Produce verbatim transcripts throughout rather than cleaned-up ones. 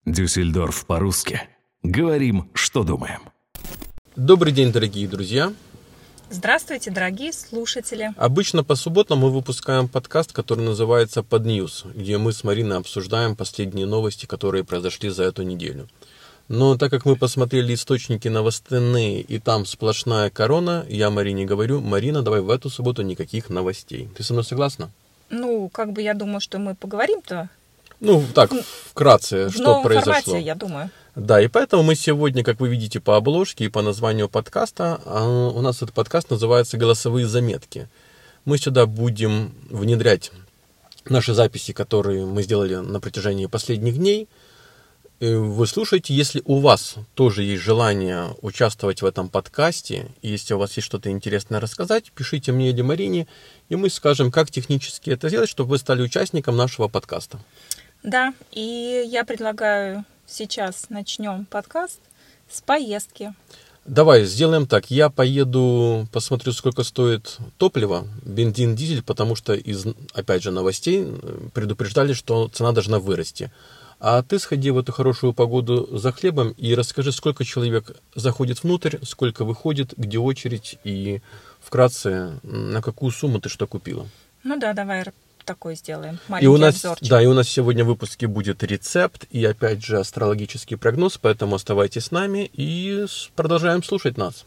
Дюссельдорф по-русски. Говорим, что думаем. Добрый день, дорогие друзья. Здравствуйте, дорогие слушатели. Обычно по субботам мы выпускаем подкаст, который называется «Под Ньюс», где мы с Мариной обсуждаем последние новости, которые произошли за эту неделю. Но так как мы посмотрели источники новостные, и там сплошная корона, я Марине говорю: Марина, давай в эту субботу никаких новостей. Ты со мной согласна? Ну, как бы я думаю, что мы поговорим-то. Ну, так, вкратце, в что новом произошло. формате, я думаю. Да, и поэтому мы сегодня, как вы видите по обложке и по названию подкаста, у нас этот подкаст называется «Голосовые заметки». Мы сюда будем внедрять наши записи, которые мы сделали на протяжении последних дней. Вы слушаете, если у вас тоже есть желание участвовать в этом подкасте, и если у вас есть что-то интересное рассказать, пишите мне или Марине, и мы скажем, как технически это сделать, чтобы вы стали участником нашего подкаста. Да, и я предлагаю сейчас начнем подкаст с поездки. Давай сделаем так. Я поеду, посмотрю, сколько стоит топливо, бензин, дизель, потому что из, опять же, новостей предупреждали, что цена должна вырасти. А ты сходи в эту хорошую погоду за хлебом и расскажи, сколько человек заходит внутрь, сколько выходит, где очередь и вкратце, на какую сумму ты что купила. Ну да, давай такой сделаем. Маленький и у нас, обзорчик. Да, и у нас сегодня в выпуске будет рецепт и опять же астрологический прогноз, поэтому оставайтесь с нами и продолжаем слушать нас.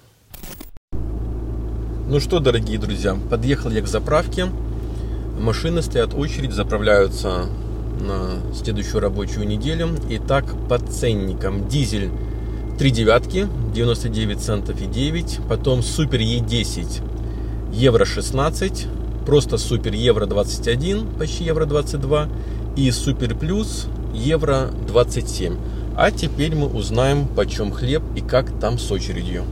Ну что, дорогие друзья, подъехал я к заправке, машины стоят, очередь, заправляются на следующую рабочую неделю. Итак, по ценникам: дизель три девятки, девяносто девять центов и девять, потом супер Е десять, евро шестнадцать, просто супер евро двадцать один, почти евро двадцать два, и супер плюс евро двадцать семь. А теперь мы узнаем, почем хлеб и как там с очередью.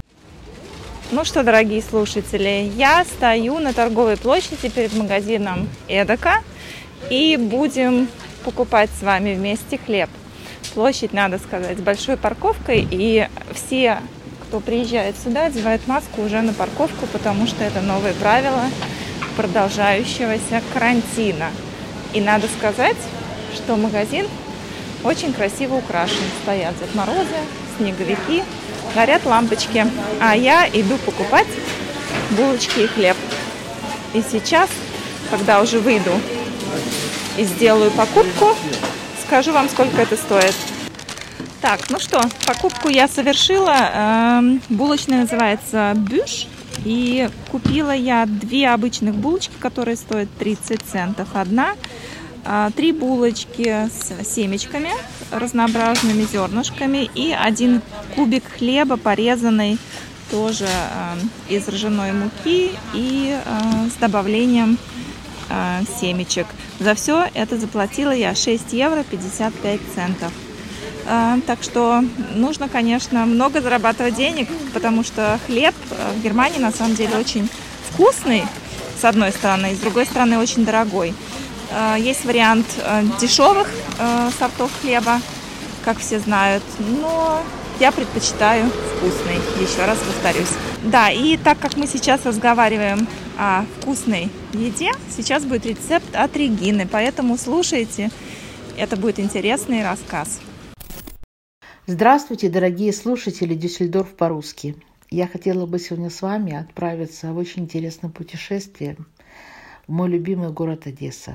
Ну что, дорогие слушатели, я стою на торговой площади перед магазином Эдека и будем покупать с вами вместе хлеб. Площадь, надо сказать, с большой парковкой, и все, кто приезжает сюда, одевают маску уже на парковку, потому что это новые правила продолжающегося карантина. И надо сказать, что магазин очень красиво украшен. Стоят Дед Морозы, снеговики, горят лампочки. А я иду покупать булочки и хлеб. И сейчас, когда уже выйду и сделаю покупку, скажу вам, сколько это стоит. Так, ну что, покупку я совершила. Булочная называется Бюш. И купила я две обычных булочки, которые стоят тридцать центов одна. Три булочки с семечками, разнообразными зернышками. И один кубик хлеба, порезанный тоже из ржаной муки и с добавлением семечек. За все это заплатила я шесть евро пятьдесят пять центов. Так что нужно, конечно, много зарабатывать денег, потому что хлеб в Германии на самом деле очень вкусный, с одной стороны, и с другой стороны очень дорогой. Есть вариант дешевых сортов хлеба, как все знают, но я предпочитаю вкусный, еще раз повторюсь. Да, и так как мы сейчас разговариваем о вкусной еде, сейчас будет рецепт от Регины, поэтому слушайте, это будет интересный рассказ. Здравствуйте, дорогие слушатели Дюссельдорф по-русски. Я хотела бы сегодня с вами отправиться в очень интересное путешествие в мой любимый город Одесса.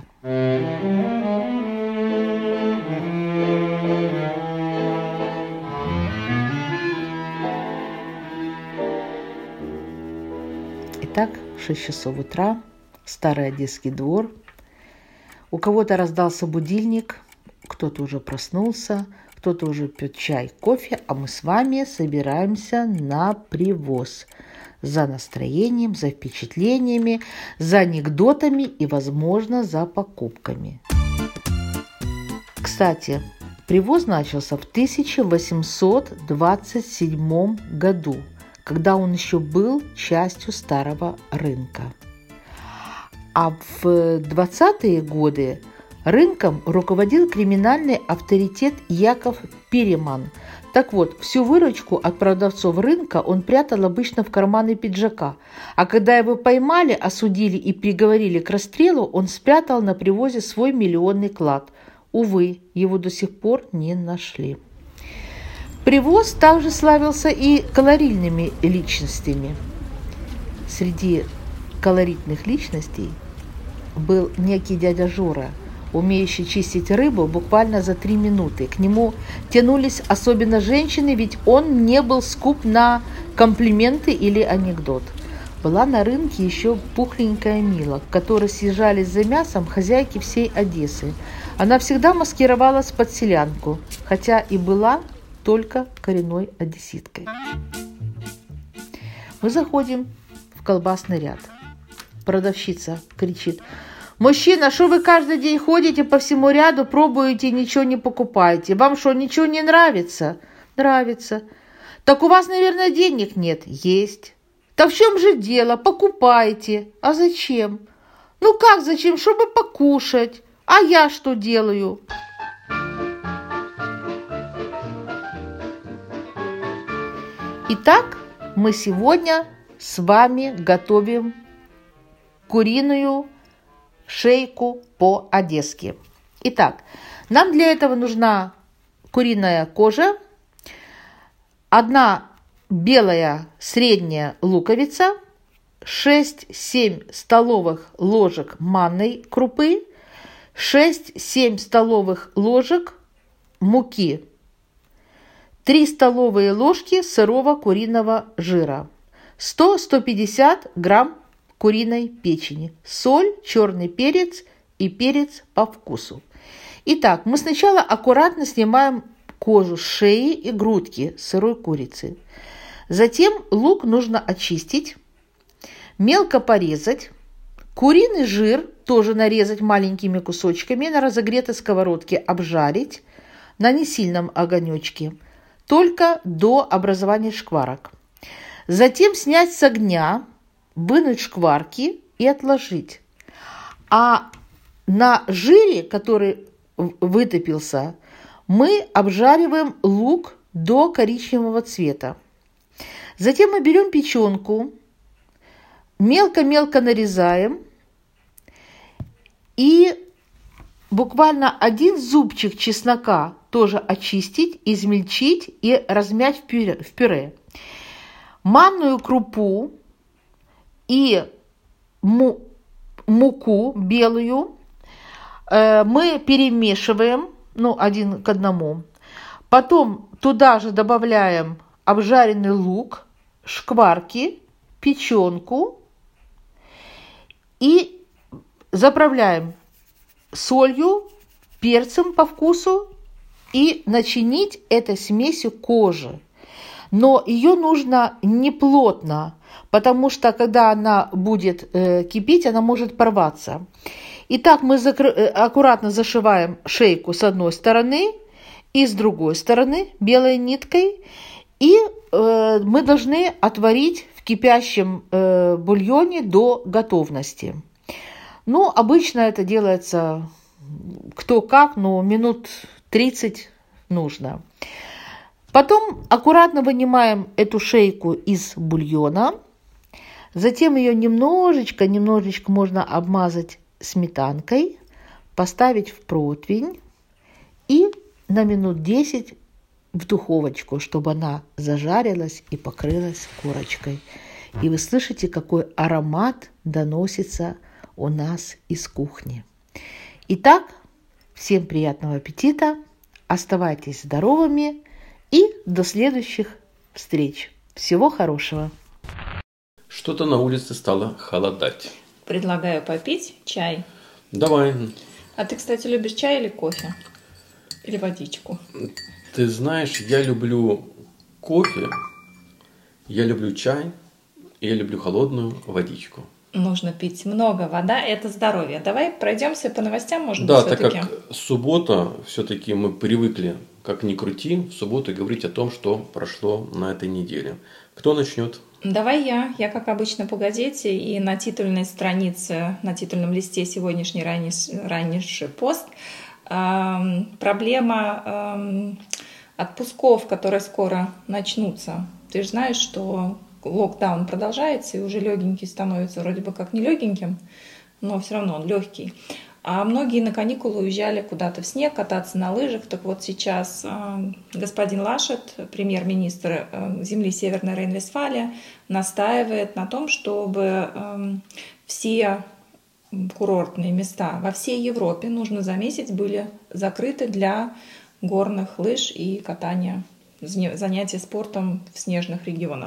Итак, шесть часов утра, старый Одесский двор. У кого-то раздался будильник, кто-то уже проснулся, кто-то уже пьет чай, кофе, а мы с вами собираемся на привоз. За настроением, за впечатлениями, за анекдотами и, возможно, за покупками. Кстати, привоз начался в тысяча восемьсот двадцать седьмом году, когда он еще был частью старого рынка. А в двадцатые годы рынком руководил криминальный авторитет Яков Переман. Так вот, всю выручку от продавцов рынка он прятал обычно в карманы пиджака, а когда его поймали, осудили и приговорили к расстрелу, он спрятал на привозе свой миллионный клад. увы, его до сих пор не нашли. Привоз также славился и колоритными личностями. Среди колоритных личностей был некий дядя Жора, умеющий чистить рыбу буквально за три минуты. К нему тянулись особенно женщины, ведь он не был скуп на комплименты или анекдот. Была на рынке еще пухленькая Мила, к которой съезжались за мясом хозяйки всей Одессы. Она всегда маскировалась под селянку, хотя и была только коренной одесситкой. Мы заходим в колбасный ряд. Продавщица кричит: «Мужчина, что вы каждый день ходите по всему ряду, пробуете и ничего не покупаете? Вам что, ничего не нравится?» «Нравится». «Так у вас, наверное, денег нет?» «Есть». «Так в чем же дело? Покупайте». «А зачем?» «Ну как зачем? Чтобы покушать. А я что делаю?» Итак, мы сегодня с вами готовим куриную шейку по-одесски. Итак, нам для этого нужна куриная кожа, одна белая средняя луковица, шесть-семь столовых ложек манной крупы, шесть-семь столовых ложек муки, три столовые ложки сырого куриного жира, сто - сто пятьдесят грамм куриной печени, соль, черный перец и перец по вкусу. Итак, мы сначала аккуратно снимаем кожу с шеи и грудки сырой курицы. Затем лук нужно очистить, мелко порезать, куриный жир тоже нарезать маленькими кусочками, на разогретой сковородке обжарить на несильном огонечке, только до образования шкварок. Затем снять с огня, вынуть шкварки и отложить. А на жире, который вытопился, мы обжариваем лук до коричневого цвета. Затем мы берем печенку, мелко-мелко нарезаем и буквально один зубчик чеснока тоже очистить, измельчить и размять в пюре. В пюре. Манную крупу и му, муку белую э, мы перемешиваем, ну, один к одному. Потом туда же добавляем обжаренный лук, шкварки, печенку и заправляем солью, перцем по вкусу и начинить этой смесью кожи. Но ее нужно не плотно, потому что когда она будет э, кипеть, она может порваться. Итак, мы закры... аккуратно зашиваем шейку с одной стороны и с другой стороны белой ниткой. И э, мы должны отварить в кипящем э, бульоне до готовности. Ну, обычно это делается кто как, но минут тридцать нужно. Потом аккуратно вынимаем эту шейку из бульона. Затем ее немножечко, немножечко можно обмазать сметанкой, поставить в противень и на минут десять в духовочку, чтобы она зажарилась и покрылась корочкой. И вы слышите, какой аромат доносится у нас из кухни. Итак, всем приятного аппетита, оставайтесь здоровыми и до следующих встреч. Всего хорошего. Что-то на улице стало холодать. Предлагаю попить чай. Давай. А ты, кстати, любишь чай или кофе? Или водичку? Ты знаешь, я люблю кофе, я люблю чай, и я люблю холодную водичку. Нужно пить много вода, это здоровье. Давай пройдемся по новостям, может да, быть, так все-таки. как суббота, все-таки мы привыкли, как ни крути, в субботу говорить о том, что прошло на этой неделе. Кто начнет? Давай я. Я, как обычно, по газете и на титульной странице, на титульном листе сегодняшний раннейший пост. Эм, проблема эм, отпусков, которые скоро начнутся. Ты же знаешь, что локдаун продолжается, и уже легенький становится вроде бы как не легеньким, но все равно он легкий. А многие на каникулы уезжали куда-то в снег, кататься на лыжах. Так вот сейчас господин Лашет, премьер-министр земли Северной Рейн-Вестфалия, настаивает на том, чтобы все курортные места во всей Европе, нужно заметить, были закрыты для горных лыж и катания, занятий спортом в снежных регионах.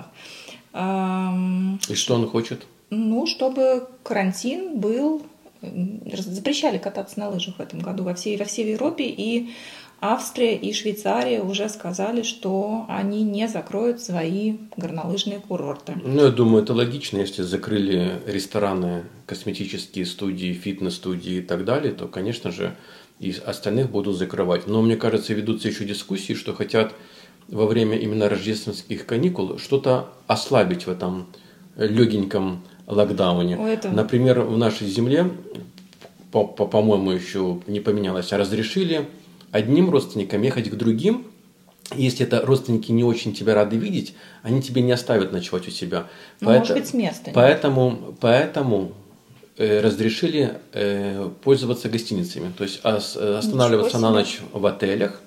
И что он хочет? Ну, чтобы карантин был... Запрещали кататься на лыжах в этом году во всей, во всей Европе, и Австрия и Швейцария уже сказали, что они не закроют свои горнолыжные курорты. Ну, я думаю, это логично. Если закрыли рестораны, косметические студии, фитнес-студии и так далее, то, конечно же, и остальных будут закрывать. Но, мне кажется, ведутся еще дискуссии, что хотят во время именно рождественских каникул что-то ослабить в этом легеньком локдауне. Это... Например, в нашей земле, по- по- по-моему, еще не поменялось, а разрешили одним родственникам ехать к другим. Если это родственники не очень тебя рады видеть, они тебе не оставят ночевать у себя. Ну, Поэт... может быть, с места. Поэтому, поэтому э, разрешили э, пользоваться гостиницами. То есть ос- останавливаться на ночь в отелях,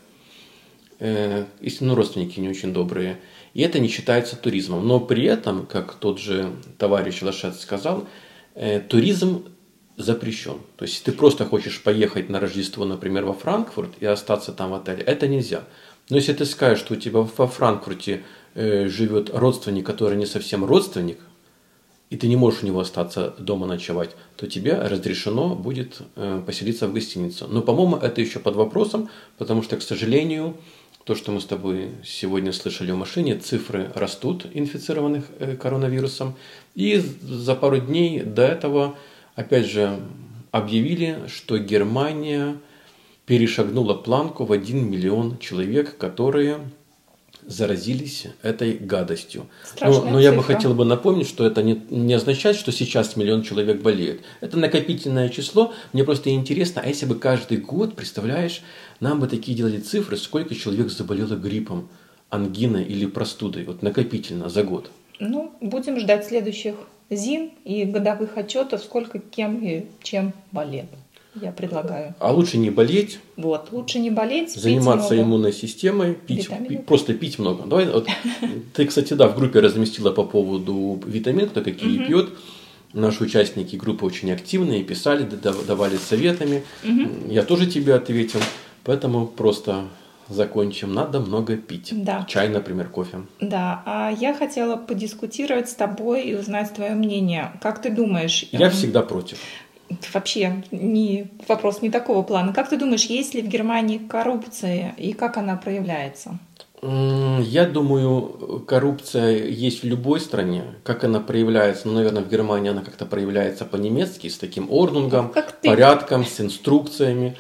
э, если ну, родственники не очень добрые. И это не считается туризмом. Но при этом, как тот же товарищ Лашет сказал, э, туризм запрещен. То есть, если ты просто хочешь поехать на Рождество, например, во Франкфурт и остаться там в отеле, это нельзя. Но если ты скажешь, что у тебя во Франкфурте э, живет родственник, который не совсем родственник, и ты не можешь у него остаться дома ночевать, то тебе разрешено будет э, поселиться в гостиницу. Но, по-моему, это еще под вопросом, потому что, к сожалению, то, что мы с тобой сегодня слышали в машине, цифры растут инфицированных э, коронавирусом. И за пару дней до этого, опять же, объявили, что Германия перешагнула планку в один миллион человек, которые заразились этой гадостью. Но, но я бы хотел бы напомнить, что это не, не означает, что сейчас миллион человек болеет. Это накопительное число. Мне просто интересно, а если бы каждый год, представляешь, нам бы такие делали цифры, сколько человек заболело гриппом, ангиной или простудой, вот накопительно за год. Ну, будем ждать следующих зим и годовых отчетов, сколько кем и чем болел. Я предлагаю. А лучше не болеть. Вот, лучше не болеть. Заниматься иммунной системой, пить, пить, просто пить много. Давай, вот, ты, кстати, да, в группе разместила по поводу витаминов, кто какие пьет. Наши участники группы очень активные, писали, давали советами. Я тоже тебе ответил. Поэтому просто закончим. Надо много пить. Да. Чай, например, кофе. Да. А я хотела подискутировать с тобой и узнать твое мнение. Как ты думаешь? Я всегда против. Вообще не, вопрос не такого плана. Как ты думаешь, есть ли в Германии коррупция и как она проявляется? Я думаю, коррупция есть в любой стране. Как она проявляется? Ну, наверное, в Германии она как-то проявляется по-немецки, с таким ордунгом, порядком, с инструкциями.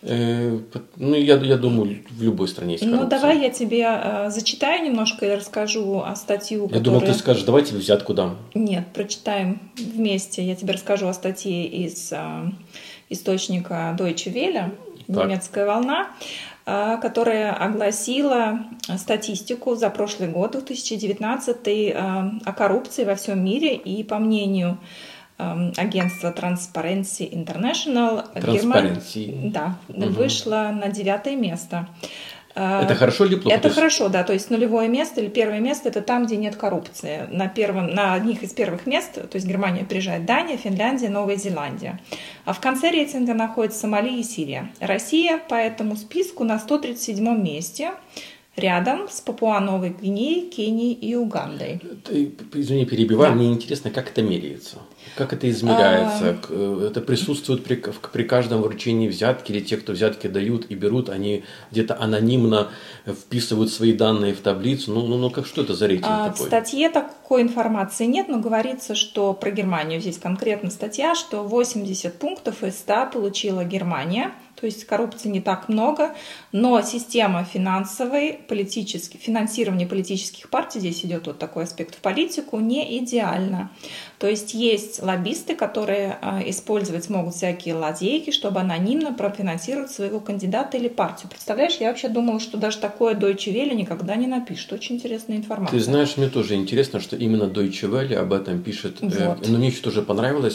Ну, я, я думаю, в любой стране есть коррупция. Ну, давай я тебе э, зачитаю немножко и расскажу о статью, Я которая... думал, ты скажешь, давайте взятку дам. Нет, прочитаем вместе. Я тебе расскажу о статье из э, источника Deutsche Welle, так. Немецкая волна, э, которая огласила статистику за прошлый год, две тысячи девятнадцатый, э, о коррупции во всем мире. И по мнению агентство Transparency International Германия да, угу. вышла на девятое место. Это хорошо или плохо? Это есть... хорошо, да. То есть нулевое место или первое место – это там, где нет коррупции. На, первом, на одних из первых мест, то есть Германия опережает Дания, Финляндия, Новая Зеландия. А в конце рейтинга находятся Сомали и Сирия. Россия по этому списку на сто тридцать седьмом месте. Рядом с Папуа-Новой Гвинеей, Кенией и Угандой. Ты, извини, перебиваю, да. Мне интересно, как это меряется? Как это измеряется? А... Это присутствует при, при каждом вручении взятки, или те, кто взятки дают и берут, они где-то анонимно вписывают свои данные в таблицу? Ну, ну, ну как, что это за рейтинг а, такой? В статье такой информации нет, но говорится, что про Германию здесь конкретно статья, что восемьдесят пунктов из ста получила Германия. То есть коррупции не так много, но система финансовой, политической, финансирование политических партий, здесь идет вот такой аспект в политику, не идеально. То есть есть лоббисты, которые использовать смогут всякие лазейки, чтобы анонимно профинансировать своего кандидата или партию. Представляешь, я вообще думала, что даже такое Deutsche Welle никогда не напишет. Очень интересная информация. Ты знаешь, мне тоже интересно, что именно Deutsche Welle об этом пишет. Вот. Но мне еще тоже понравилось.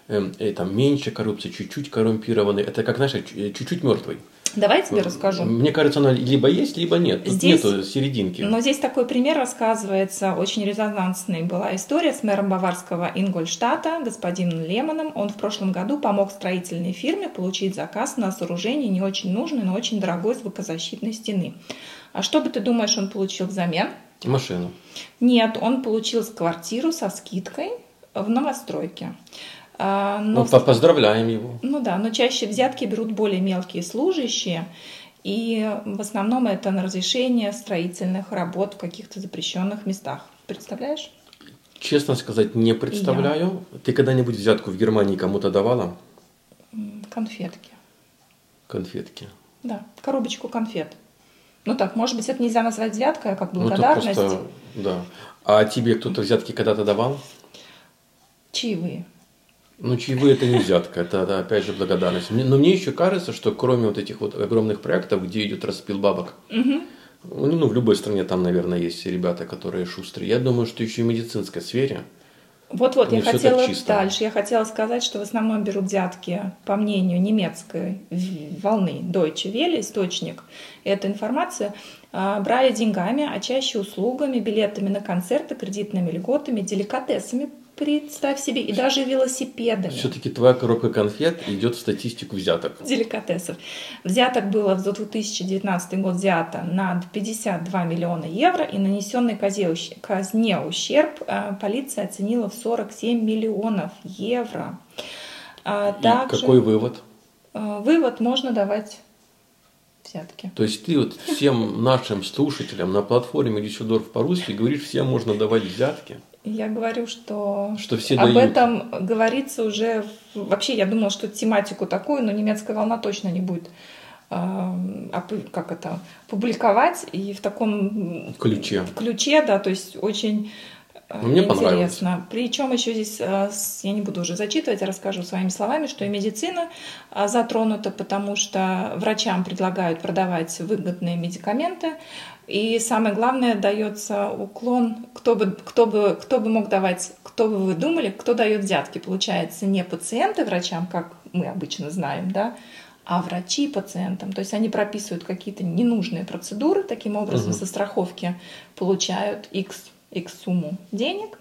э, э, там меньше коррупции, чуть-чуть коррумпированный. Это как, знаешь, чуть-чуть мертвый. Давай я тебе расскажу. Мне кажется, она либо есть, либо нет. Тут здесь, нету серединки. Но здесь такой пример рассказывается, очень резонансный. Была история с мэром баварского Ингольштата, господином Лемоном. Он в прошлом году помог строительной фирме получить заказ на сооружение не очень нужной, но очень дорогой звукозащитной стены. А что бы ты думаешь, он получил взамен? Машину. Нет, он получил квартиру со скидкой в новостройке. Но, ну, поздравляем его. Ну да, но чаще взятки берут более мелкие служащие, и в основном это на разрешение строительных работ в каких-то запрещенных местах. Представляешь? Честно сказать, не представляю. Ты когда-нибудь взятку в Германии кому-то давала? Конфетки. Конфетки. Да, коробочку конфет. Ну так, может быть, это нельзя назвать взяткой, а как благодарность. Ну, просто, да. А тебе кто-то взятки когда-то давал? Чаевые. Ну, чаевые это не взятка, это, это опять же благодарность. Но мне еще кажется, что кроме вот этих вот огромных проектов, где идет распил бабок, угу. ну, в любой стране там, наверное, есть ребята, которые шустрые. Я думаю, что еще и в медицинской сфере. Вот-вот, я хотела дальше. Я хотела сказать, что в основном берут взятки, по мнению немецкой волны Deutsche Welle, источник, эта информация, брали деньгами, а чаще услугами, билетами на концерты, кредитными льготами, деликатесами, представь себе, и даже велосипедами. Все-таки твоя коробка конфет идет в статистику взяток. Деликатесов. Взяток было за две тысячи девятнадцатый год взято на пятьдесят два миллиона евро, и нанесенный казне ущерб полиция оценила в сорок семь миллионов евро. И также, какой вывод? Вывод: можно давать взятки. То есть ты вот всем нашим слушателям на платформе Дюссельдорф по-русски говоришь, всем можно давать взятки? Я говорю, что, что все об дают. этом говорится уже... Вообще, я думала, что тематику такую, но немецкая волна точно не будет э, как это, публиковать. И в таком ключе, ключе да, то есть очень э, мне интересно. Причем еще здесь, э, я не буду уже зачитывать, я расскажу своими словами, что и медицина э, затронута, потому что врачам предлагают продавать выгодные медикаменты. И самое главное, дается уклон, кто бы, кто, бы, кто бы мог давать, кто бы вы думали, кто дает взятки. Получается, не пациенты врачам, как мы обычно знаем, да, а врачи пациентам. То есть они прописывают какие-то ненужные процедуры, таким образом угу. со страховки получают X, X сумму денег.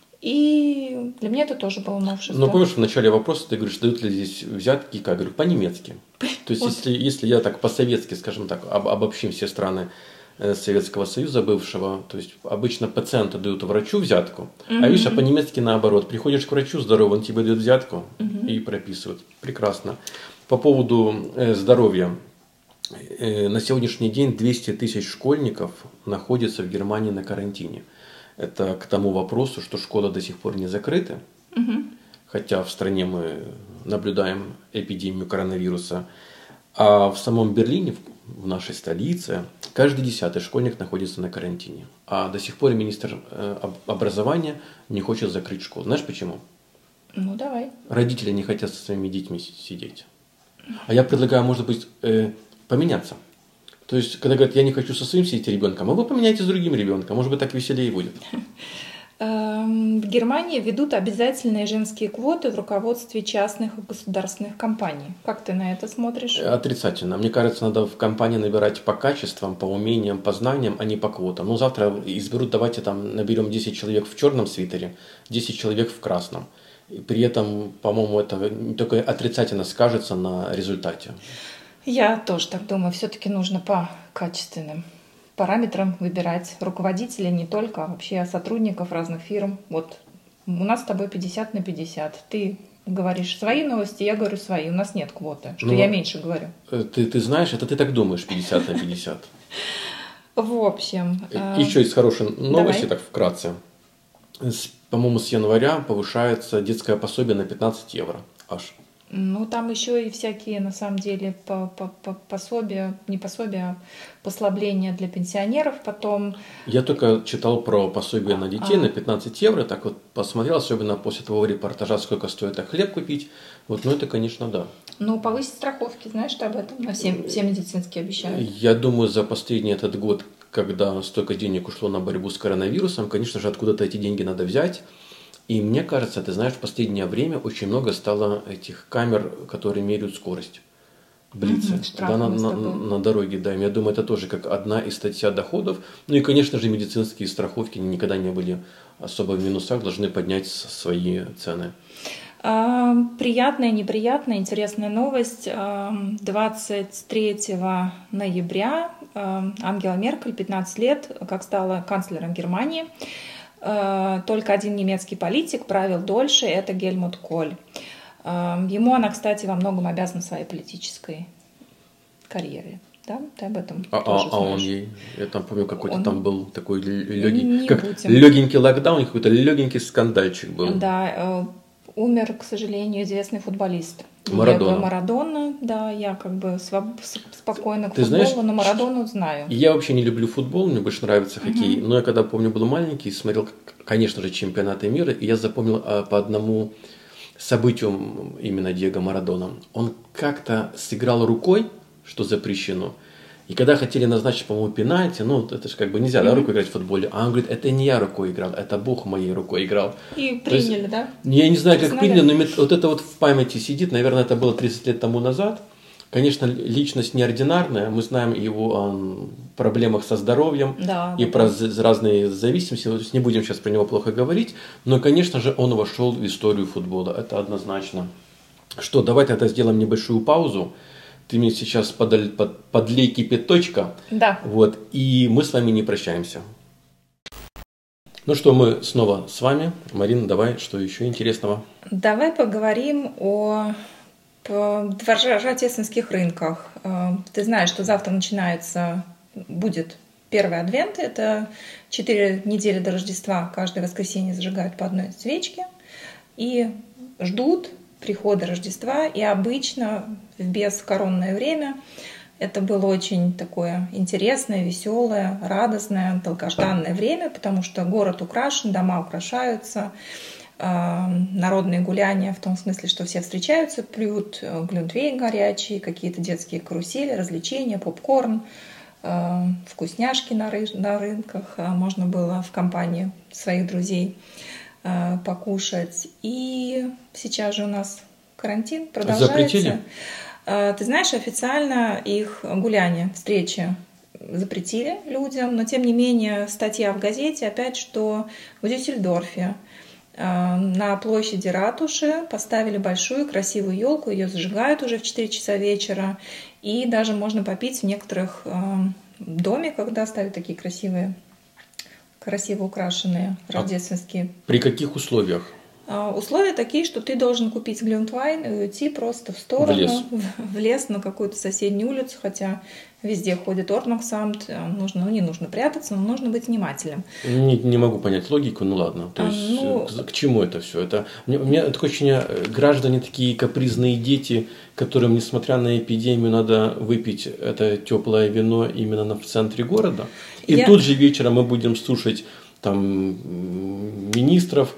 И для меня это тоже было новшество. Ну, помнишь, в начале вопроса ты говоришь, дают ли здесь взятки, как я говорю, по-немецки. То есть, вот. если, если я так по-советски, скажем так, об, обобщим все страны Советского Союза бывшего, то есть обычно пациенты дают врачу взятку, mm-hmm. а видишь, а по-немецки наоборот. Приходишь к врачу здоровый, он тебе дает взятку mm-hmm. и прописывает. Прекрасно. По поводу э, здоровья. Э, на сегодняшний день двести тысяч школьников находятся в Германии на карантине. Это к тому вопросу, что школы до сих пор не закрыты, mm-hmm. хотя в стране мы наблюдаем эпидемию коронавируса. А в самом Берлине, в нашей столице, каждый десятый школьник находится на карантине. А до сих пор министр образования не хочет закрыть школу. Знаешь почему? Ну, давай. Родители не хотят со своими детьми сидеть. А я предлагаю, может быть, поменяться. То есть, когда говорят, я не хочу со своим сидеть ребенком, а вы поменяйтесь с другим ребенком. Может быть, так веселее будет. В Германии ведут обязательные женские квоты в руководстве частных и государственных компаний. Как ты на это смотришь? Отрицательно. Мне кажется, надо в компании набирать по качествам, по умениям, по знаниям, а не по квотам. Ну, завтра изберут, давайте там наберем десять человек в черном свитере, десять человек в красном. И при этом, по-моему, это только отрицательно скажется на результате. Я тоже так думаю. Все-таки нужно по качественным параметрам выбирать руководителей, не только, а вообще сотрудников разных фирм. Вот у нас с тобой пятьдесят на пятьдесят. Ты говоришь свои новости, я говорю свои. У нас нет квоты, что ну, я меньше говорю. Ты, ты знаешь, это ты так думаешь, пятьдесят на пятьдесят. В общем. Еще есть хорошие новости, так вкратце. По-моему, с января повышается детское пособие на пятнадцать евро аж. Ну, там еще и всякие, на самом деле, пособия, не пособия, а послабления для пенсионеров потом. Я только читал про пособие на детей а. на пятнадцать евро, так вот посмотрел, особенно после того репортажа, сколько стоит хлеб купить. Вот, ну, это, конечно, да. Ну, повысить страховки, знаешь ты об этом? На все, все медицинские обещают. Я думаю, за последний этот год, когда столько денег ушло на борьбу с коронавирусом, конечно же, откуда-то эти деньги надо взять. И мне кажется, ты знаешь, в последнее время очень много стало этих камер, которые меряют скорость. Блицы, Мгм, да, на, на, на дороге, да. Я думаю, это тоже как одна из статья доходов. Ну и, конечно же, медицинские страховки никогда не были особо в минусах, должны поднять свои цены. Приятная, неприятная, интересная новость. двадцать третьего ноября Ангела Меркель, пятнадцать лет, как стала канцлером Германии. Только один немецкий политик правил дольше, это Гельмут Коль. Ему она, кстати, во многом обязана своей политической карьере. Да? Ты об этом а, тоже а, знаешь. а он ей, я там помню, какой-то он... там был такой легенький, Не как будем. легенький локдаун, какой-то легенький скандальчик был. Да, умер, к сожалению, известный футболист. Марадона. Диего Марадона, да, я как бы своб... спокойно к Ты футболу, знаешь, но Марадону знаю. Я вообще не люблю футбол, мне больше нравится хоккей. Угу. Но я когда, помню, был маленький, смотрел, конечно же, чемпионаты мира, и я запомнил а, по одному событию именно Диего Марадона. Он как-то сыграл рукой, что запрещено. И когда хотели назначить, по-моему, пенальти, ну, это же как бы нельзя, mm-hmm. да, рукой играть в футболе. А он говорит, это не я рукой играл, это Бог моей рукой играл. И приняли, есть, да? Я не знаю, как Признали? приняли, но вот это вот в памяти сидит. Наверное, это было тридцать лет тому назад. Конечно, личность неординарная. Мы знаем его о проблемах со здоровьем да, и да, про да. разные зависимости. Не будем сейчас про него плохо говорить. Но, конечно же, он вошел в историю футбола. Это однозначно. Что, давайте это сделаем небольшую паузу. Ты мне сейчас подаль, под, подлей кипяточка. Да. Вот, и мы с вами не прощаемся. Ну что, мы снова с вами. Марина, давай, что еще интересного? Давай поговорим о рождественских рынках. Ты знаешь, что завтра начинается, будет первый адвент. Это четыре недели до Рождества. Каждое воскресенье зажигают по одной свечке. И ждут прихода Рождества, и обычно в бескоронное время это было очень такое интересное, веселое, радостное, долгожданное время, потому что город украшен, дома украшаются, народные гуляния в том смысле, что все встречаются, пьют глинтвейн горячий, какие-то детские карусели, развлечения, попкорн, вкусняшки на, ры- на рынках, можно было в компании своих друзей покушать. И сейчас же у нас карантин продолжается. Запретили? Ты знаешь, официально их гуляния, встречи запретили людям, но тем не менее статья в газете опять, что в Дюссельдорфе на площади ратуши поставили большую красивую елку, ее зажигают уже в четыре часа вечера, и даже можно попить в некоторых домиках, да, ставят такие красивые красиво украшенные рождественские. А при каких условиях? Условия такие, что ты должен купить глинтвейн и уйти просто в сторону, в лес, в, в лес на какую-то соседнюю улицу, хотя везде ходит Орднungsамт, нужно, ну, не нужно прятаться, но нужно быть внимательным. Не, не могу понять логику, ну ладно. То а, есть ну... к, к чему это все? Это, мне, мне это очень граждане такие капризные дети, которым, несмотря на эпидемию, надо выпить это теплое вино именно в центре города. И Я... тут же вечером мы будем слушать там министров,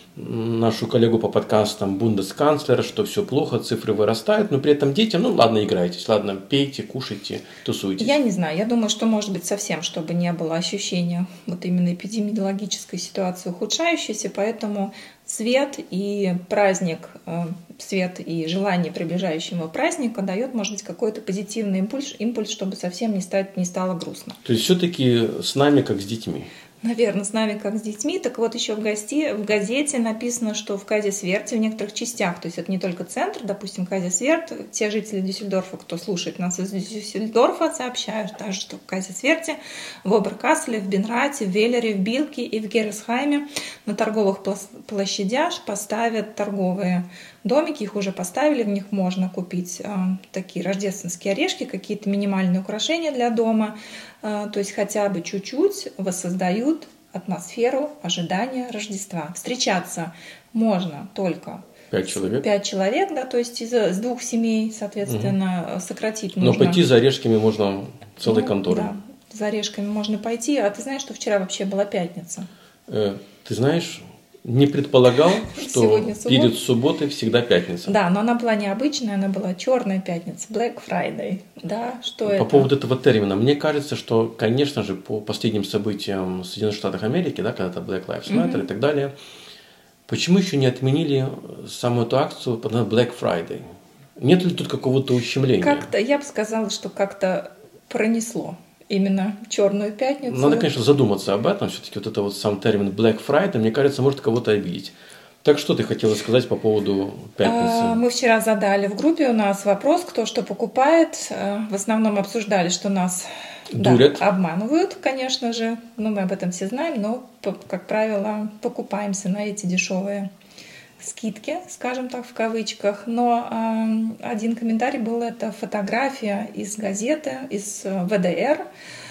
нашу коллегу по подкастам, бундесканцлера, что все плохо, цифры вырастают, но при этом детям, ну ладно, играйтесь, ладно, пейте, кушайте, тусуйтесь. Я не знаю, я думаю, что может быть совсем, чтобы не было ощущения вот именно эпидемиологической ситуации ухудшающейся, поэтому свет и праздник, свет и желание приближающего праздника дает, может быть, какой-то позитивный импульс, импульс, чтобы совсем не, стать, не стало грустно. То есть все-таки с нами как с детьми? Наверное, с нами как с детьми. Так вот, еще в, гости, в газете написано, что в Казисверте в некоторых частях, то есть это не только центр, допустим, Казисверт, те жители Дюссельдорфа, кто слушает нас из Дюссельдорфа, сообщают даже, что в Казисверте, в Оберкасселе, в Бенрате, в Веллере, в Билке и в Гересхайме на торговых площадях поставят торговые домики, их уже поставили, в них можно купить э, такие рождественские орешки, какие-то минимальные украшения для дома, э, то есть хотя бы чуть-чуть воссоздают атмосферу ожидания Рождества. Встречаться можно только пять человек, пять человек, да, то есть из, из двух семей, соответственно, угу. сократить нужно. Но пойти за орешками можно целой ну, конторой. Да, за орешками можно пойти. А ты знаешь, что вчера вообще была пятница? Э, ты знаешь... Не предполагал, что перед субботой всегда пятница. Да, но она была необычная, она была черная пятница, Black Friday. Да, что по это? поводу этого термина, мне кажется, что, конечно же, по последним событиям в Соединенных Штатах Америки, да, когда-то Black Lives Matter mm-hmm. и так далее, Почему еще не отменили саму эту акцию под Black Friday? Нет ли тут какого-то ущемления? Как-то, я бы сказала, что как-то пронесло именно Черную пятницу. Надо, конечно, задуматься об этом. Все-таки вот это вот сам термин Black Friday, мне кажется, может кого-то обидеть. Так что ты хотела сказать по поводу пятницы? Мы вчера задали в группе у нас вопрос, кто что покупает. В основном обсуждали, что нас дурят, да, обманывают, конечно же. Ну, мы об этом все знаем, но, как правило, покупаемся на эти дешевые скидки, скажем так, в кавычках. Но э, один комментарий был, это фотография из газеты, из вэ дэ эр,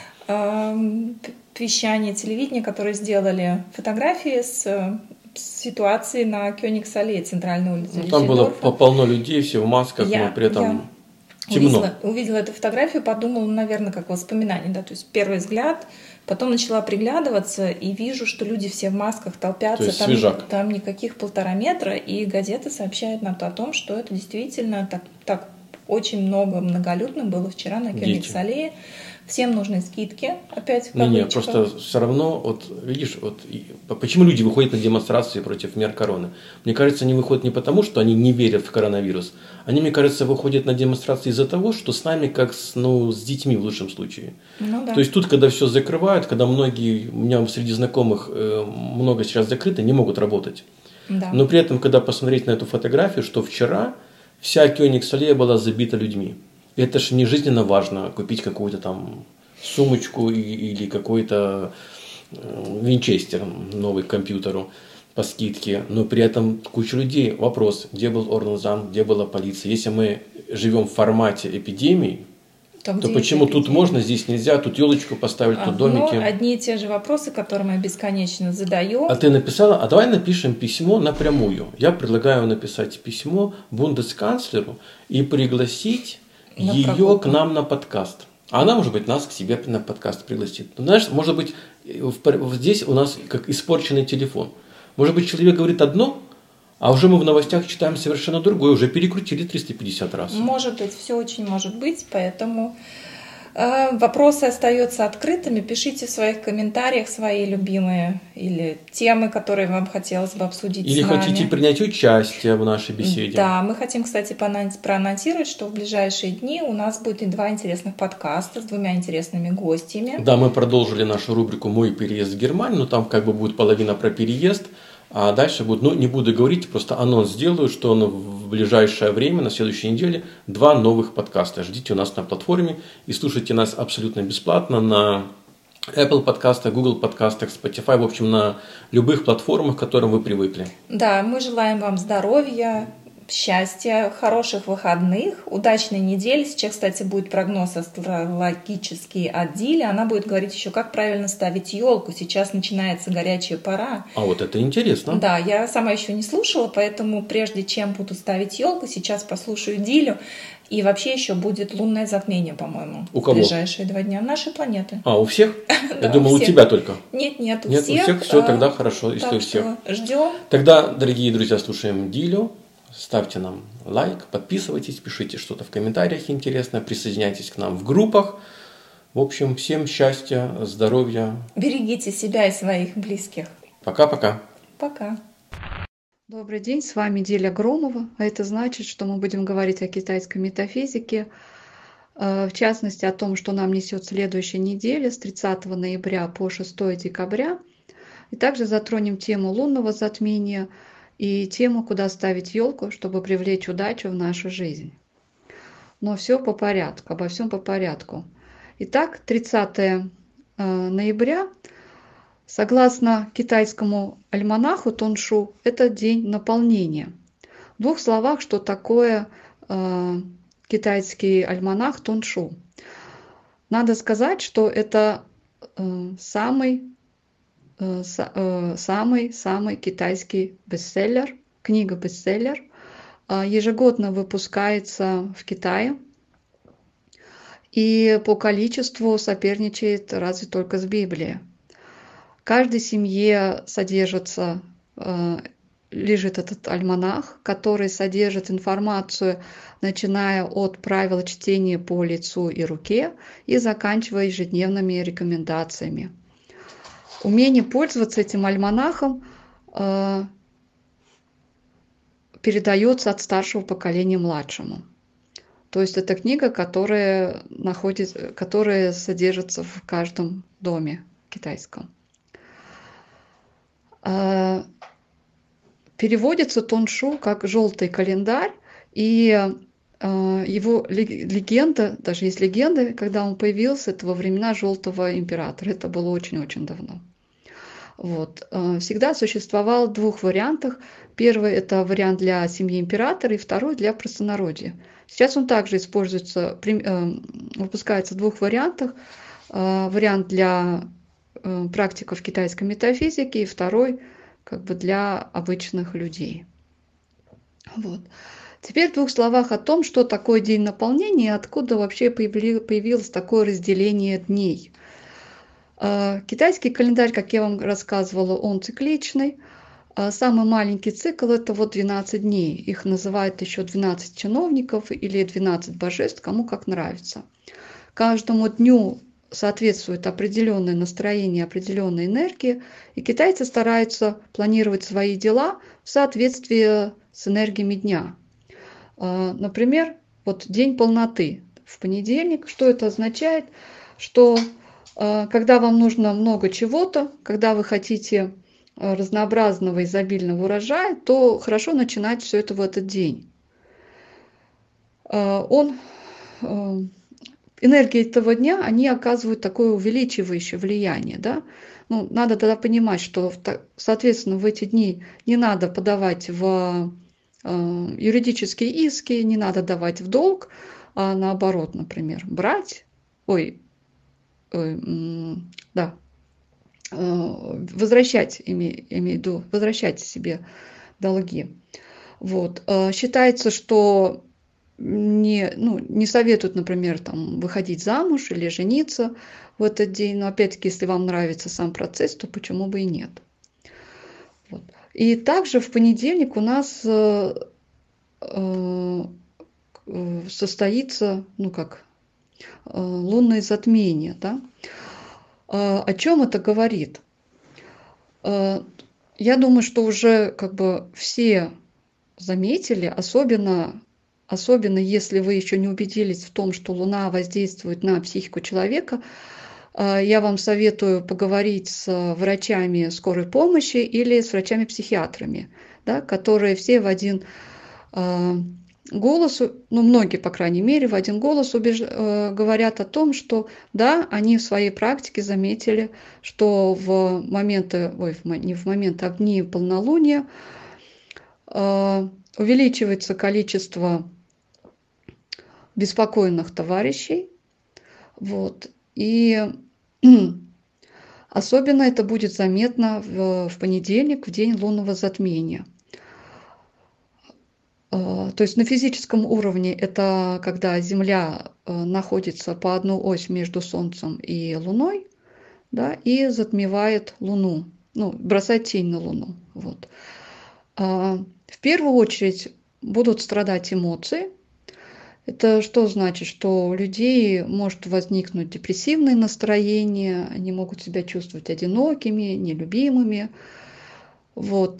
э, вещание телевидения, которые сделали фотографии с ситуации на Кёнигс-аллее, центральной улице. Ну, там было полно людей, все в масках, я, но при этом я темно. Увидела, увидела эту фотографию, подумала, наверное, как воспоминание, да, то есть первый взгляд, потом начала приглядываться и вижу, что люди все в масках толпятся, то есть там, свежак. Там никаких полтора метра, и газета сообщает нам о том, что это действительно так, так очень много многолюдно было вчера на Кёнигс-аллее. Всем нужны скидки, опять в кавычках. Не, не, просто все равно, вот видишь, вот почему люди выходят на демонстрации против мер короны? Мне кажется, они выходят не потому, что они не верят в коронавирус. Они, мне кажется, выходят на демонстрации из-за того, что с нами как с, ну, с детьми в лучшем случае. Ну, да. То есть тут, когда все закрывают, когда многие, у меня среди знакомых э, много сейчас закрыто, не могут работать. Да. Но при этом, когда посмотреть на эту фотографию, что вчера вся Кёнигс-аллея была забита людьми. Это же не жизненно важно купить какую-то там сумочку или какой-то винчестер новый к компьютеру по скидке, но при этом куча людей. Вопрос, где был Орнузан, где была полиция? Если мы живем в формате эпидемии, то, то почему тут можно, здесь нельзя, тут елочку поставить, тут домики? Но одни и те же вопросы, которые мы бесконечно задаем. А ты написала, а давай напишем письмо напрямую. Я предлагаю написать письмо бундесканцлеру и пригласить на ее прогулку к нам на подкаст. А она, может быть, нас к себе на подкаст пригласит. Ну, знаешь, может быть, здесь у нас как испорченный телефон. Может быть, человек говорит одно, а уже мы в новостях читаем совершенно другое. Уже перекрутили триста пятьдесят раз. Может быть, все очень может быть. Поэтому э, вопросы остаются открытыми. Пишите в своих комментариях свои любимые или темы, которые вам хотелось бы обсудить или с нами. хотите принять участие в нашей беседе. Да, мы хотим, кстати, проанонсировать, что в ближайшие дни у нас будет и два интересных подкаста с двумя интересными гостями. Да, мы продолжили нашу рубрику «Мой переезд в Германию», но там как бы будет половина про переезд. А дальше будет, ну не буду говорить, просто анонс сделаю, что в ближайшее время, на следующей неделе, два новых подкаста. Ждите у нас на платформе и слушайте нас абсолютно бесплатно на Apple подкастах, Google подкастах, Spotify, в общем, на любых платформах, к которым вы привыкли. Да, мы желаем вам здоровья, счастья, хороших выходных, удачной недели. Сейчас, кстати, будет прогноз астрологический от Дили. Она будет говорить еще, как правильно ставить елку. Сейчас начинается горячая пора. А вот это интересно. Да, я сама еще не слушала, поэтому прежде чем буду ставить елку, сейчас послушаю Дилю. И вообще еще будет лунное затмение, по-моему. У кого? В ближайшие два дня. Нашей планеты. А, у всех? Я думал, у тебя только. Нет, нет, у всех. Нет, у всех. Все, тогда хорошо, если у всех. Ждем. Тогда, дорогие друзья, слушаем Дилю. Ставьте нам лайк, подписывайтесь, пишите что-то в комментариях интересное, присоединяйтесь к нам в группах. В общем, всем счастья, здоровья. Берегите себя и своих близких. Пока-пока. Пока. Добрый день, с вами Диля Громова. А это значит, что мы будем говорить о китайской метафизике, в частности о том, что нам несет следующая неделя с тридцатого ноября по шестое декабря. И также затронем тему лунного затмения и тему, куда ставить елку, чтобы привлечь удачу в нашу жизнь. Но все по порядку, обо всем по порядку. Итак, тридцатое ноября, согласно китайскому альманаху Тоншу, это день наполнения. В двух словах, что такое э, китайский альманах Тоншу. Надо сказать, что это э, самый самый-самый китайский бестселлер, книга-бестселлер, ежегодно выпускается в Китае и по количеству соперничает разве только с Библией. В каждой семье содержится, лежит этот альманах, который содержит информацию, начиная от правил чтения по лицу и руке и заканчивая ежедневными рекомендациями. Умение пользоваться этим альманахом э, передается от старшего поколения младшему. То есть это книга, которая, находится, которая содержится в каждом доме китайском. Переводится тоншу как «желтый календарь», и его легенда, даже есть легенда, когда он появился, это во времена Желтого императора. Это было очень-очень давно. Вот. Всегда существовал в двух вариантах. Первый – это вариант для семьи императора, и второй – для простонародья. Сейчас он также используется, выпускается в двух вариантах. Вариант для практиков китайской метафизики и второй как бы для обычных людей. Вот. Теперь в двух словах о том, что такое день наполнения и откуда вообще появилось такое разделение дней. Китайский календарь, как я вам рассказывала, он цикличный. Самый маленький цикл – это вот двенадцать дней. Их называют еще двенадцать чиновников или двенадцать божеств, кому как нравится. Каждому дню соответствует определенное настроение, определенная энергия, и китайцы стараются планировать свои дела в соответствии с энергиями дня. Например, вот день полноты в понедельник. Что это означает? Что когда вам нужно много чего-то, когда вы хотите разнообразного изобильного урожая, то хорошо начинать все это в этот день. Он, энергии этого дня, они оказывают такое увеличивающее влияние. Да? Ну, надо тогда понимать, что, соответственно, в эти дни не надо подавать в юридические иски, не надо давать в долг, а наоборот, например, брать, ой, ой да, возвращать, имею в виду, возвращать себе долги. Вот. Считается, что не, ну, не советуют, например, там, выходить замуж или жениться в этот день, но опять-таки, если вам нравится сам процесс, то почему бы и нет. Вот. И также в понедельник у нас э, э, состоится, ну как, э, лунное затмение. Да? Э, о чем это говорит? Э, я думаю, что уже как бы все заметили, особенно, особенно если вы еще не убедились в том, что Луна воздействует на психику человека, я вам советую поговорить с врачами скорой помощи или с врачами-психиатрами, да, которые все в один э, голос, ну многие, по крайней мере, в один голос убеж... э, говорят о том, что да, они в своей практике заметили, что в моменты, ой, не в моменты, а в дни полнолуния э, увеличивается количество беспокойных товарищей, вот, и особенно это будет заметно в, в понедельник, в день лунного затмения. То есть на физическом уровне это когда Земля находится по одну ось между Солнцем и Луной, да, и затмевает Луну, ну, бросает тень на Луну. Вот. В первую очередь будут страдать эмоции. Это что значит? Что у людей может возникнуть депрессивное настроение, они могут себя чувствовать одинокими, нелюбимыми. Вот.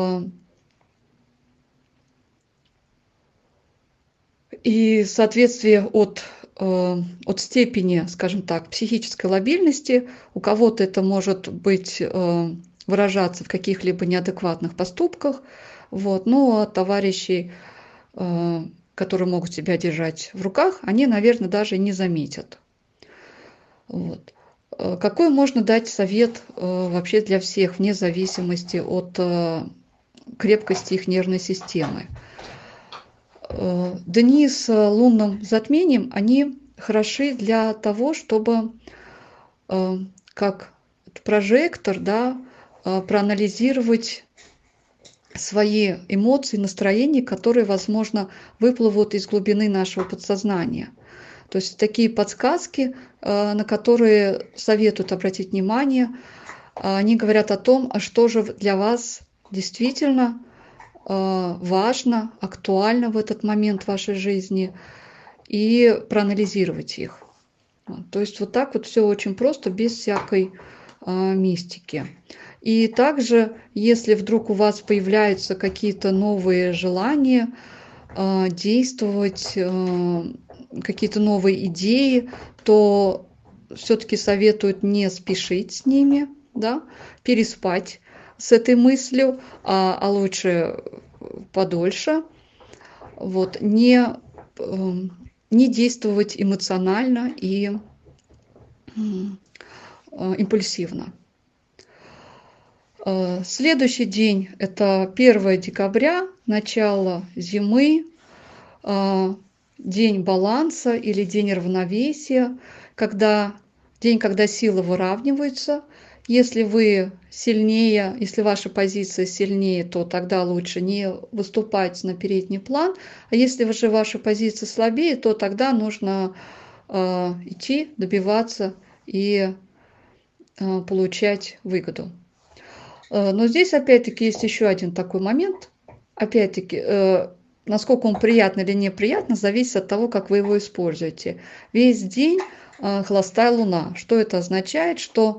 И в соответствии от, от степени, скажем так, психической лобильности, у кого-то это может быть выражаться в каких-либо неадекватных поступках, вот. Ну, а товарищей, которые могут себя держать в руках, они, наверное, даже не заметят. Вот. Какой можно дать совет вообще для всех, вне зависимости от крепкости их нервной системы? Дни с лунным затмением, они хороши для того, чтобы как прожектор, да, проанализировать свои эмоции, настроения, которые, возможно, выплывут из глубины нашего подсознания. То есть такие подсказки, на которые советуют обратить внимание, они говорят о том, а что же для вас действительно важно, актуально в этот момент в вашей жизни, и проанализировать их. То есть вот так вот все очень просто, без всякой мистики. И также, если вдруг у вас появляются какие-то новые желания э, действовать, э, какие-то новые идеи, то все-таки советуют не спешить с ними, да, переспать с этой мыслью, а, а лучше подольше. Вот, не, э, не действовать эмоционально и э, импульсивно. Э, Следующий день – это первое декабря, начало зимы, э, день баланса или день равновесия, когда, день, когда силы выравниваются. Если вы сильнее, если ваша позиция сильнее, то тогда лучше не выступать на передний план. А если же ваша позиция слабее, то тогда нужно э, идти, добиваться и э, получать выгоду. Э, но здесь опять-таки есть еще один такой момент. Опять-таки, э, насколько он приятно или неприятно, зависит от того, как вы его используете. Весь день э, холостая луна. Что это означает? Что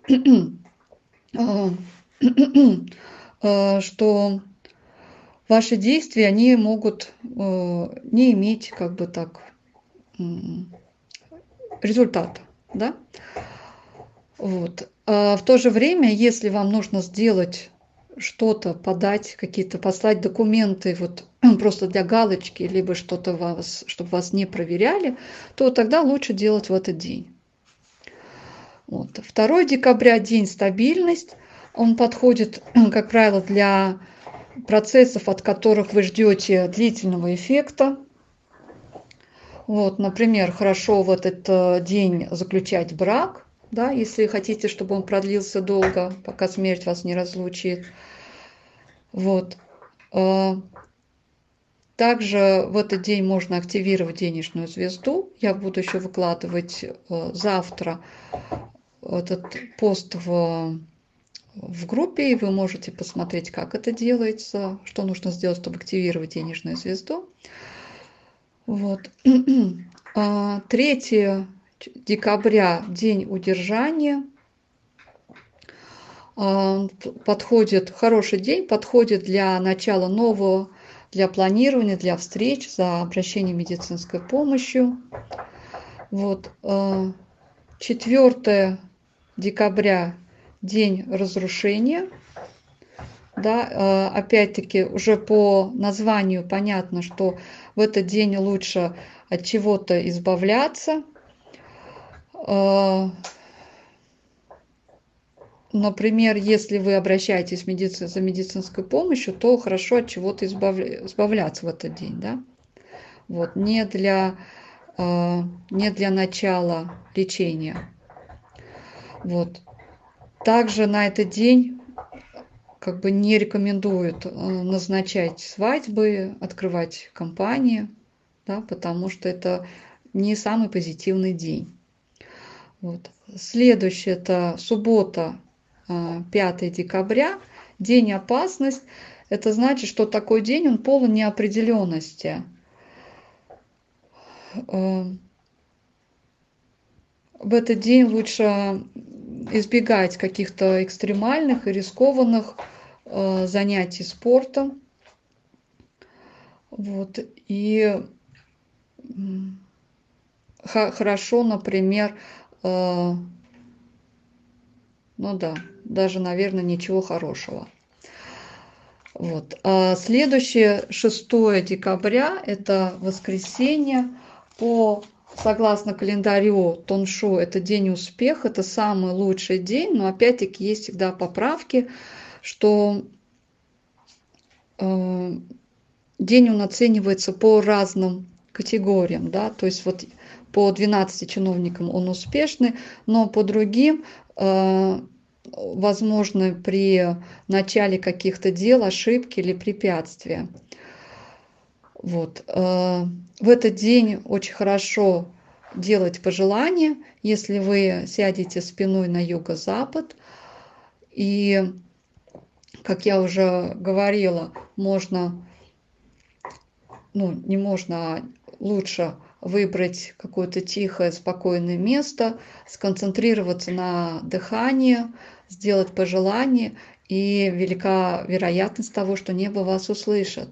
что ваши действия, они могут не иметь как бы так результата, да? Вот. А в то же время, если вам нужно сделать что-то, подать какие-то, послать документы вот просто для галочки, либо что-то вас, чтобы вас не проверяли, то тогда лучше делать в этот день. Вот. второе декабря – день стабильность. Он подходит, как правило, для процессов, от которых вы ждете длительного эффекта. Вот, например, хорошо в этот день заключать брак, да, если хотите, чтобы он продлился долго, пока смерть вас не разлучит. Вот. Также в этот день можно активировать денежную звезду. Я буду еще выкладывать завтра этот пост в, в группе, и вы можете посмотреть, как это делается, что нужно сделать, чтобы активировать денежную звезду. Вот. третьего декабря – день удержания. Подходит, хороший день, подходит для начала нового, для планирования, для встреч, за обращением медицинской помощью. Вот. четвёртого декабря – день разрушения. Да, опять-таки, уже по названию понятно, что в этот день лучше от чего-то избавляться. Например, если вы обращаетесь в медици... за медицинской помощью, то хорошо от чего-то избавля... избавляться в этот день. Да? Вот. Не для, не для начала лечения. Вот. Также на этот день как бы не рекомендуют назначать свадьбы, открывать компании, да, потому что это не самый позитивный день. Вот. Следующее – это суббота, пятого декабря, день опасность. Это значит, что такой день, он полон неопределенности. В этот день лучше избегать каких-то экстремальных и рискованных э, занятий спортом. Вот. И х- хорошо, например, э, ну да, даже, наверное, ничего хорошего. Вот. А следующее, шестого декабря, это воскресенье. По Согласно календарю Тоншу, это день успеха, это самый лучший день, но опять-таки есть всегда поправки, что э, день он оценивается по разным категориям, да, то есть вот по двенадцати чиновникам он успешный, но по другим э, возможны при начале каких-то дел ошибки или препятствия. Вот. В этот день очень хорошо делать пожелания, если вы сядете спиной на юго-запад. И, как я уже говорила, можно, ну, не можно, а лучше выбрать какое-то тихое, спокойное место, сконцентрироваться на дыхании, сделать пожелание, и велика вероятность того, что небо вас услышит.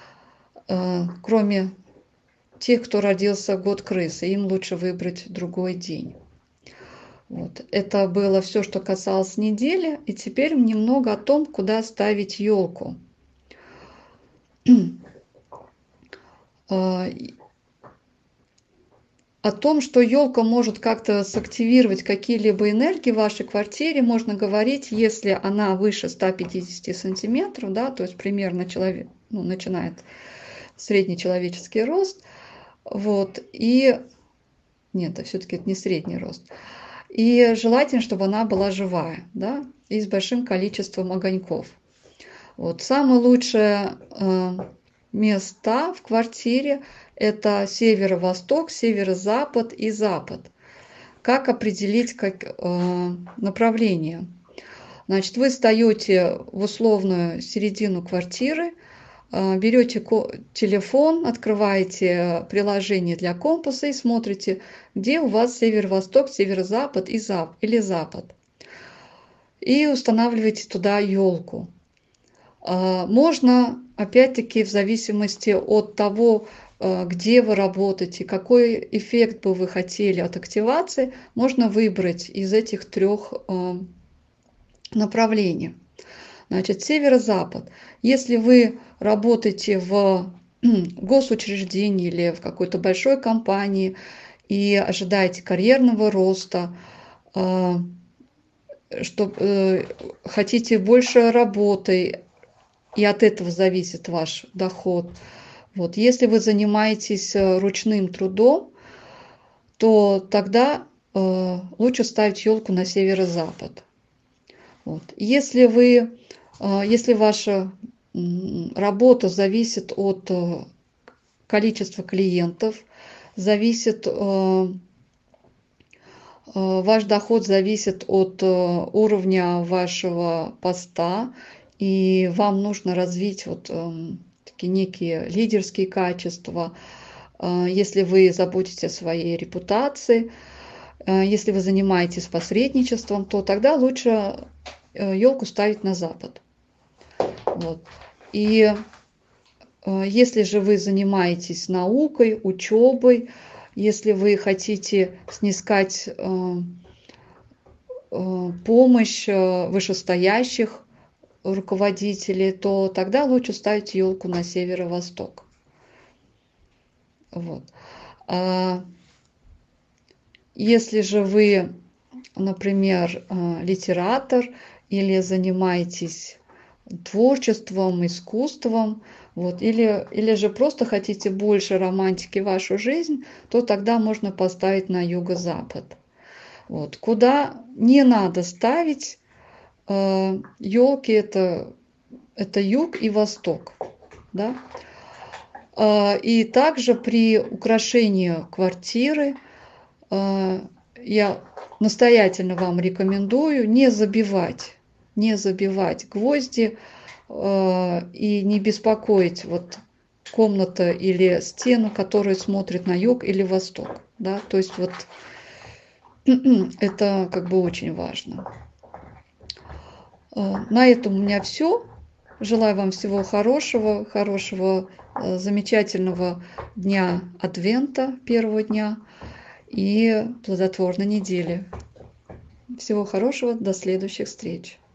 Кроме тех, кто родился в год крысы, им лучше выбрать другой день. Вот. Это было все, что касалось недели. И теперь немного о том, куда ставить елку. О том, что елка может как-то сактивировать какие-либо энергии в вашей квартире, можно говорить, если она выше ста пятидесяти сантиметров, да, то есть примерно человек, ну, начинает средний человеческий рост. Вот, и нет, а все-таки это не средний рост. И желательно, чтобы она была живая, да, и с большим количеством огоньков. Вот. Самые лучшие э, места в квартире – это северо-восток, северо-запад и запад. Как определить как, э, направление? Значит, вы встаете в условную середину квартиры, э, берете телефон, открываете приложение для компаса и смотрите, где у вас северо-восток, северо-запад и зап или запад. И устанавливаете туда елку. Э, можно, опять-таки, в зависимости от того, где вы работаете, какой эффект бы вы хотели от активации, можно выбрать из этих трех направлений. Значит, северо-запад. Если вы работаете в госучреждении или в какой-то большой компании и ожидаете карьерного роста, что хотите больше работы, и от этого зависит ваш доход. Вот. Если вы занимаетесь ручным трудом, то тогда э, лучше ставить елку на северо-запад. Вот. Если, вы, э, если ваша э, работа зависит от э, количества клиентов, зависит, э, э, ваш доход зависит от э, уровня вашего поста, и вам нужно развить вот, э, некие лидерские качества, если вы заботитесь о своей репутации, если вы занимаетесь посредничеством, то тогда лучше елку ставить на запад. Вот. И если же вы занимаетесь наукой, учебой, если вы хотите снискать помощь вышестоящих руководителей, то тогда лучше ставить елку на северо-восток. Вот. А если же вы, например, литератор или занимаетесь творчеством, искусством, вот, или, или же просто хотите больше романтики в вашу жизнь, то тогда можно поставить на юго-запад. Вот. Куда не надо ставить елки, это, это юг и восток. Да? И также при украшении квартиры я настоятельно вам рекомендую не забивать, не забивать гвозди и не беспокоить вот комнату или стену, которая смотрит на юг или восток. Да? То есть вот это как бы очень важно. На этом у меня все. Желаю вам всего хорошего, хорошего, замечательного дня Адвента, первого дня, и плодотворной недели. Всего хорошего, до следующих встреч.